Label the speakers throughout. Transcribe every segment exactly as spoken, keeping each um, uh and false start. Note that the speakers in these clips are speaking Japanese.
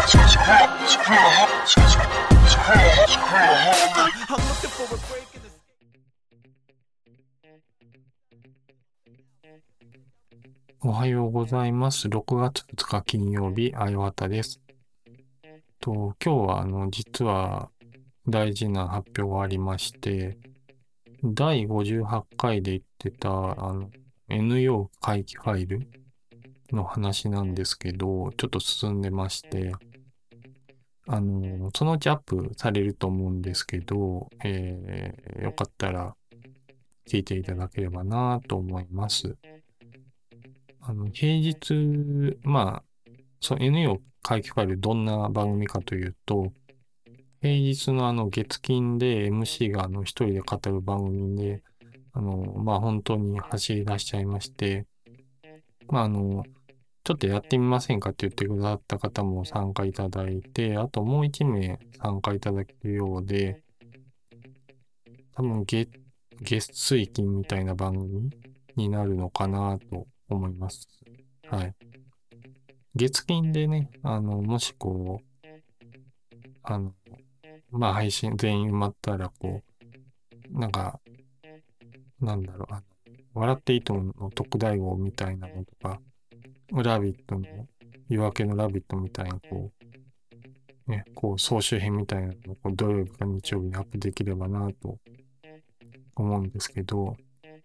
Speaker 1: おはようございます。ろくがつふつか金曜日、あよはたです。と、今日はあの、実は大事な発表がありまして、だいごじゅうはちかいで言ってた、あの、エヌヨー 回帰ファイルの話なんですけど、ちょっと進んでまして、あの、そのうちアップされると思うんですけど、えー、よかったら聞いていただければなと思います。あの、平日、まあ、その エヌヨー 回帰ファイルどんな番組かというと、平日のあの月金で エムシー があの一人で語る番組で、あの、まあ本当に走り出しちゃいまして、まああの、ちょっとやってみませんかって言ってくださった方も参加いただいて、あともう一名参加いただけるようで、多分月、月水金みたいな番組になるのかなと思います。はい。月金でね、あの、もしこう、あの、まあ配信全員埋まったら、こう、なんか、なんだろう、あの、笑っていいともの特大号みたいなのとか、ラビットの、夜明けのラビットみたいな、こう、ね、こう、総集編みたいなのをこう土曜日か日曜日にアップできればなと思うんですけど、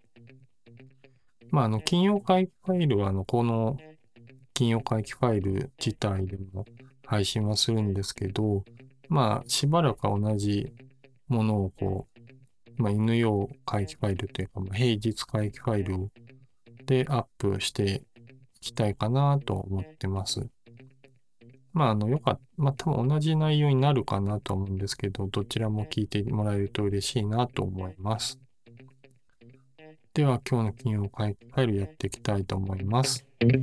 Speaker 1: まあ、あの、金曜回帰ファイルは、あの、この金曜回帰ファイル自体でも配信はするんですけど、まあ、しばらくは同じものをこう、まあ、犬用回帰ファイルというか、まあ、平日回帰ファイルでアップしていきたいかなと思ってます。まあ、あの、よかった。まあ、多分同じ内容になるかなと思うんですけど、どちらも聞いてもらえると嬉しいなと思います。では、今日の金曜回帰ファイルやっていきたいと思います。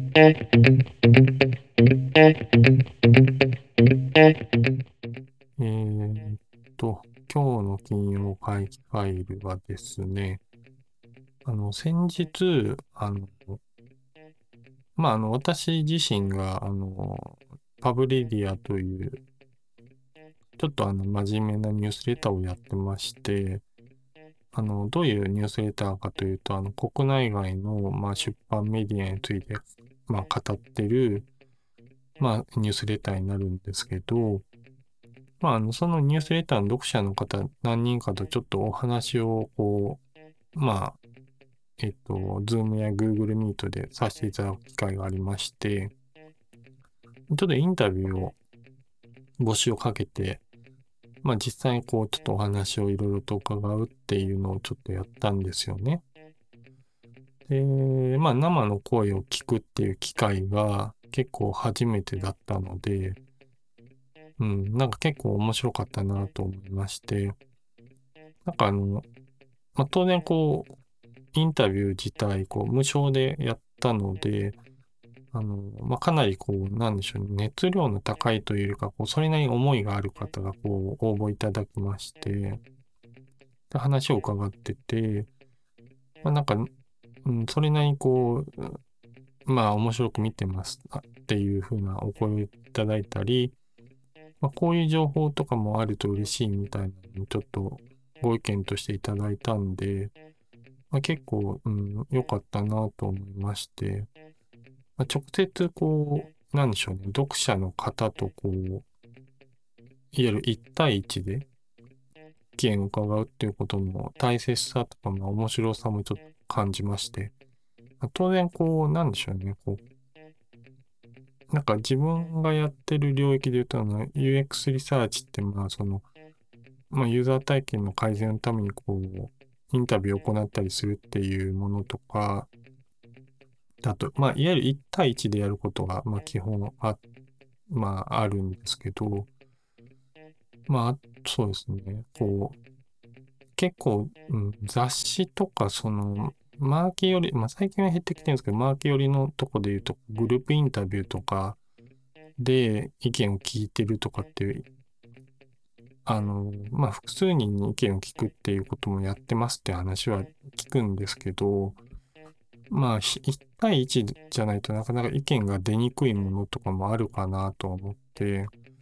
Speaker 1: えーっと、今日の金曜回帰ファイルはですね、あの、先日、あの、まあ、あの、私自身が、あの、パブリディアという、ちょっとあの、真面目なニュースレターをやってまして、あの、どういうニュースレターかというと、あの、国内外の、まあ、出版メディアについて、まあ、語ってる、まあ、ニュースレターになるんですけど、まあ、あの、そのニュースレターの読者の方何人かとちょっとお話を、こう、まあ、えっと、Zoom や Google Meet でさせていただく機会がありまして、ちょっとインタビューを募集をかけて、まあ実際にこうちょっとお話をいろいろと伺うっていうのをちょっとやったんですよね。で、まあ生の声を聞くっていう機会が結構初めてだったので、うん、なんか結構面白かったなと思いまして、なんかあの、まあ当然こう、インタビュー自体こう無償でやったので、あの、まあ、かなりこう、なんでしょうね、熱量の高いというよりか、こう、それなりに思いがある方がこう、応募いただきまして、で話を伺ってて、まあ、なんか、うん、それなりにこう、まあ、面白く見てますっていう風なお声をいただいたり、まあ、こういう情報とかもあると嬉しいみたいなのをちょっとご意見としていただいたんで、まあ、結構、うん、良かったなと思いまして、まあ、直接こう、なんでしょうね、読者の方とこう、いわゆる一対一で意見を伺うっていうことの大切さとかの面白さもちょっと感じまして、まあ当然こう、なんでしょうね、こう、なんか自分がやってる領域で言うと、あの、ユーエックス リサーチって、まあその、まあユーザー体験の改善のためにこう、インタビューを行ったりするっていうものとか、あと、まあ、いわゆる一対一でやることが、まあ、基本あ、まあ、あるんですけど、まあ、そうですね。こう、結構、うん、雑誌とか、その、マーケより、まあ、最近は減ってきてるんですけど、マーケ寄りのとこで言うと、グループインタビューとかで意見を聞いてるとかっていう、あの、まあ、複数人に意見を聞くっていうこともやってますって話は聞くんですけど、まあ、ひ一対一じゃないとなかなか意見が出にくいものとかもあるかなと思って、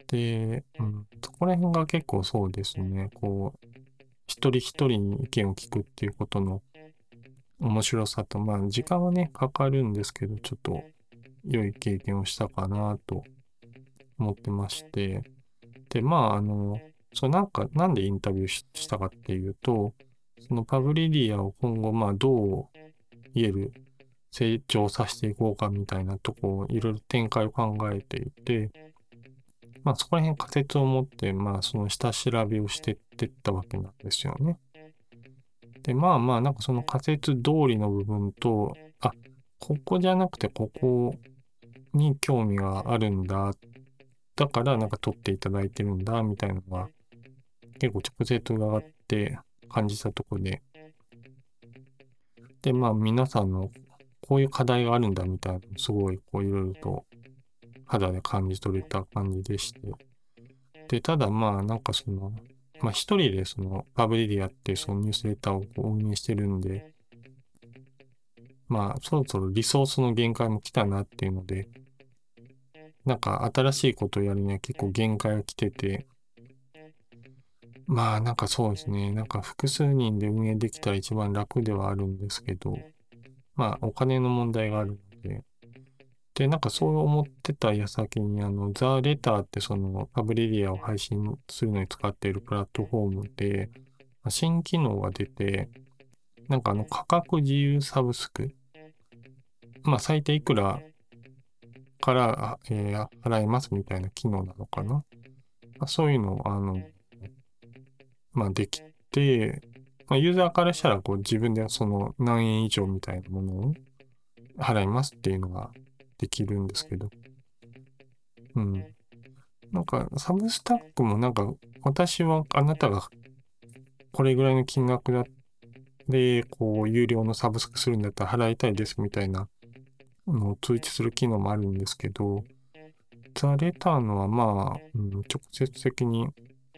Speaker 1: で、うん、そこら辺が結構そうですね、こう、一人一人に意見を聞くっていうことの面白さと、まあ、時間はね、かかるんですけど、ちょっと良い経験をしたかなと思ってまして、で、まあ、あの、そう、なんか、なんでインタビューししたかっていうと、そのパブリディアを今後、まあ、どう言える成長させていこうかみたいなとこをいろいろ展開を考えていて、まあそこら辺仮説を持って、まあその下調べをしてってったわけなんですよね。で、まあまあなんかその仮説通りの部分と、あ、ここじゃなくてここに興味があるんだ。だからなんか取っていただいてるんだ、みたいなのが結構直接伺って感じたところで、で、まあ皆さんのこういう課題があるんだみたいな、すごいこういろいろと肌で感じ取れた感じでして。で、ただまあなんかその、まあ一人でそのパブリディアってそのニュースレターをこう運営してるんで、まあそろそろリソースの限界も来たなっていうので、なんか新しいことをやるには結構限界が来てて、まあなんかそうですね、なんか複数人で運営できたら一番楽ではあるんですけど、まあお金の問題があるので、で、なんかそう思ってた矢先に、あの、ザ・レターってそのパブリディアを配信するのに使っているプラットフォームで、新機能が出て、なんかあの価格自由サブスク、まあ最低いくらから、えー払いますみたいな機能なのかな。まあ、そういうのを、あの、まあできて、まあ、ユーザーからしたらこう自分でその何円以上みたいなものを払いますっていうのができるんですけど、うん。なんか、サブスタックもなんか、私はあなたがこれぐらいの金額だで、こう、有料のサブスクするんだったら払いたいですみたいなのを通知する機能もあるんですけど、ザ・レターのはまあ、うん、直接的に、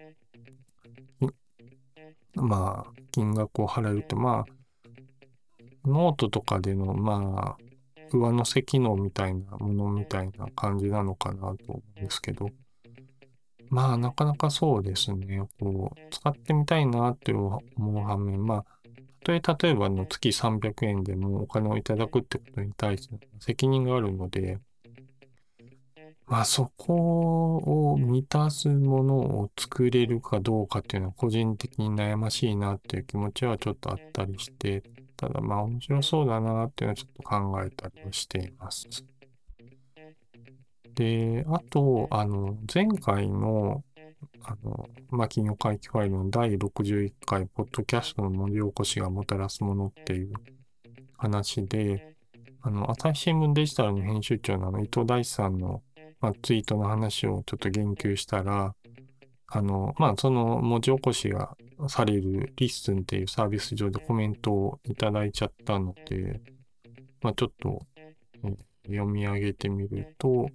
Speaker 1: まあ、金額を払えるって、まあ、ノートとかでの、まあ、上乗せ機能みたいなものみたいな感じなのかなと思うんですけど、まあ、なかなかそうですね。こう、使ってみたいなって思う反面、まあ、たとえ例えばの月さんびゃくえんでもお金をいただくってことに対して責任があるので、まあそこを満たすものを作れるかどうかっていうのは個人的に悩ましいなっていう気持ちはちょっとあったりして、ただまあ面白そうだなっていうのはちょっと考えたりはしています。で、あと、あの、前回のあの、まあ、金曜会期ファイルのだいろくじゅういっかい、ポッドキャストの文字起こしがもたらすものっていう話で、あの、朝日新聞デジタルの編集長のあの伊藤大地さんの、まあ、ツイートの話をちょっと言及したら、あの、まあ、その文字起こしがされるリッスンっていうサービス上でコメントをいただいちゃったので、まあ、ちょっと、え読み上げてみると、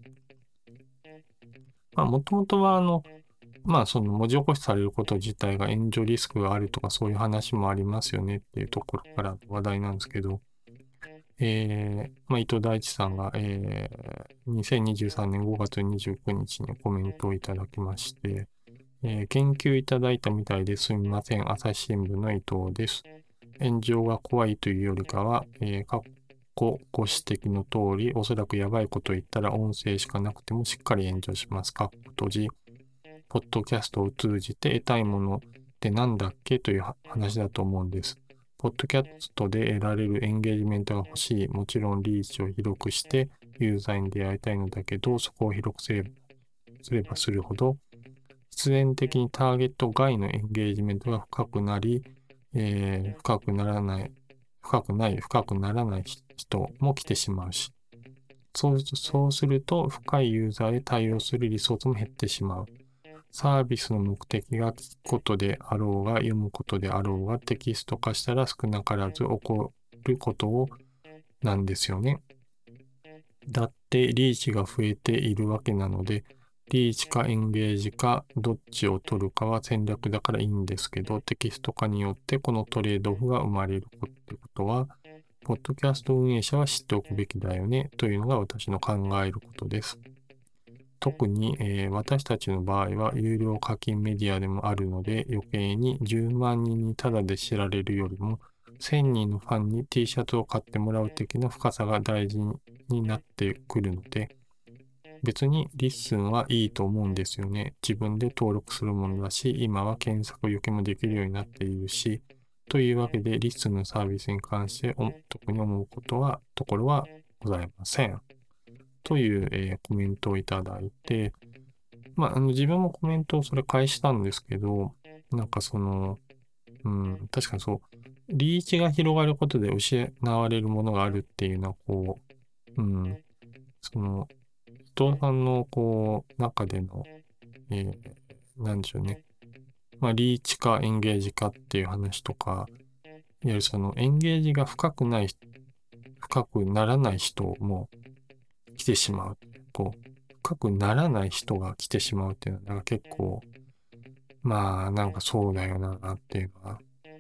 Speaker 1: まあ、もともとはあの、まあ、その文字起こしされること自体が炎上リスクがあるとかそういう話もありますよねっていうところからの話題なんですけど、えー、まあ、伊藤大地さんが、えー、にせんにじゅうさんねんごがつにじゅうくにちにコメントをいただきまして、えー、研究いただいたみたいですみません。朝日新聞の伊藤です。炎上が怖いというよりかは、えー、過去ご指摘の通り、おそらくやばいこと言ったら音声しかなくてもしっかり炎上します。かっこ閉じ。ポッドキャストを通じて得たいものってなんだっけという話だと思うんです。ポッドキャストで得られるエンゲージメントが欲しい。もちろんリーチを広くしてユーザーに出会いたいのだけど、そこを広くすればすればするほど、必然的にターゲット外のエンゲージメントが深くなり、えー深くならない、深くない、深くならない人も来てしまうし、そうそうすると深いユーザーへ対応するリソースも減ってしまう。サービスの目的が聞くことであろうが読むことであろうがテキスト化したら少なからず起こることをなんですよね。だってリーチが増えているわけなので、リーチかエンゲージかどっちを取るかは戦略だからいいんですけど、テキスト化によってこのトレードオフが生まれるってことは、ポッドキャスト運営者は知っておくべきだよねというのが私の考えることです。 特に、えー私たちの場合は有料課金メディアでもあるので、余計にじゅうまんにんにタダで知られるよりも、せんにんのファンに T シャツを買ってもらう的な深さが大事になってくるので、別にリッスンはいいと思うんですよね。自分で登録するものだし、今は検索よけもできるようになっているし、というわけで、リッスンのサービスに関して特に思うことは、ところはございません。という、えーコメントをいただいて、まあ、あの自分もコメントをそれ返したんですけど、なんかその、うん、確かにそう、リーチが広がることで失われるものがあるっていうのは、こう、うん、その、伊藤さんの、こう、中での、えーなんでしょうね。まあ、リーチかエンゲージかっていう話とか、いわゆるそのエンゲージが深くない、深くならない人も来てしまう。こう、深くならない人が来てしまうっていうのは、なんか結構、まあ、なんかそうだよな、っていうのは。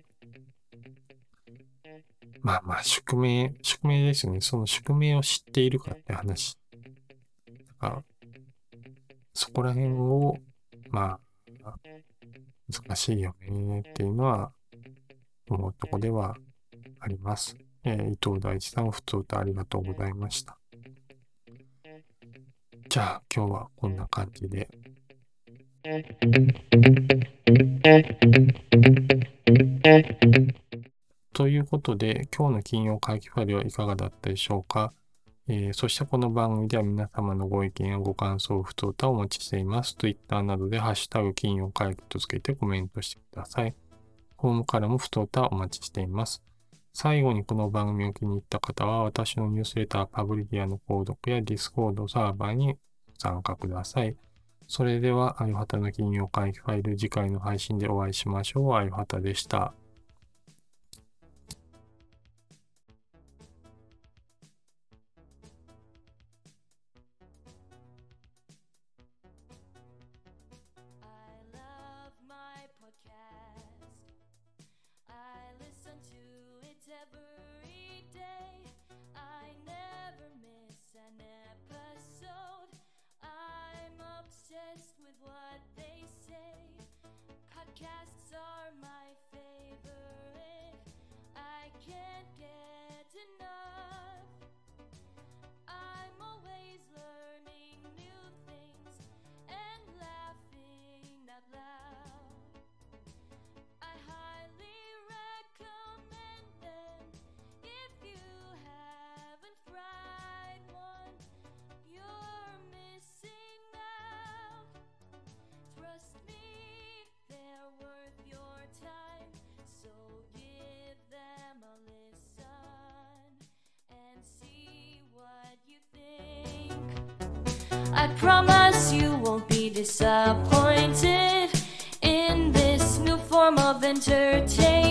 Speaker 1: まあまあ、宿命、宿命ですよね。その宿命を知っているかって話。だからそこら辺を、まあ、難しいよね、っていうのは、思うとこではあります。えー伊藤大地さん、ふつおたありがとうございました。じゃあ、今日はこんな感じで。ということで、今日の金曜会議ファイルはいかがだったでしょうか。えーそしてこの番組では皆様のご意見やご感想、ふつおたをお待ちしています。Twitter などでハッシュタグ金曜会議とつけてコメントしてください。ホームからもふつおたお待ちしています。最後にこの番組を気に入った方は、私のニュースレターパブリディアの購読や Discord サーバーにご参加ください。それでは、あゆはたの金曜会議ファイル、次回の配信でお会いしましょう。あゆはたでした。
Speaker 2: I love my podcast. I listen to it every day. I never miss an episode. I'm obsessed with what they say. Podcasts are my favorite. I can't get enough. I'm always learning new things and laughing out loud. I highly recommend them. If you haven't tried one, you're missing out. Trust me, they're worth your time. So give them a listen and see what you think. I promise you won't be disappointed in this new form of entertainment.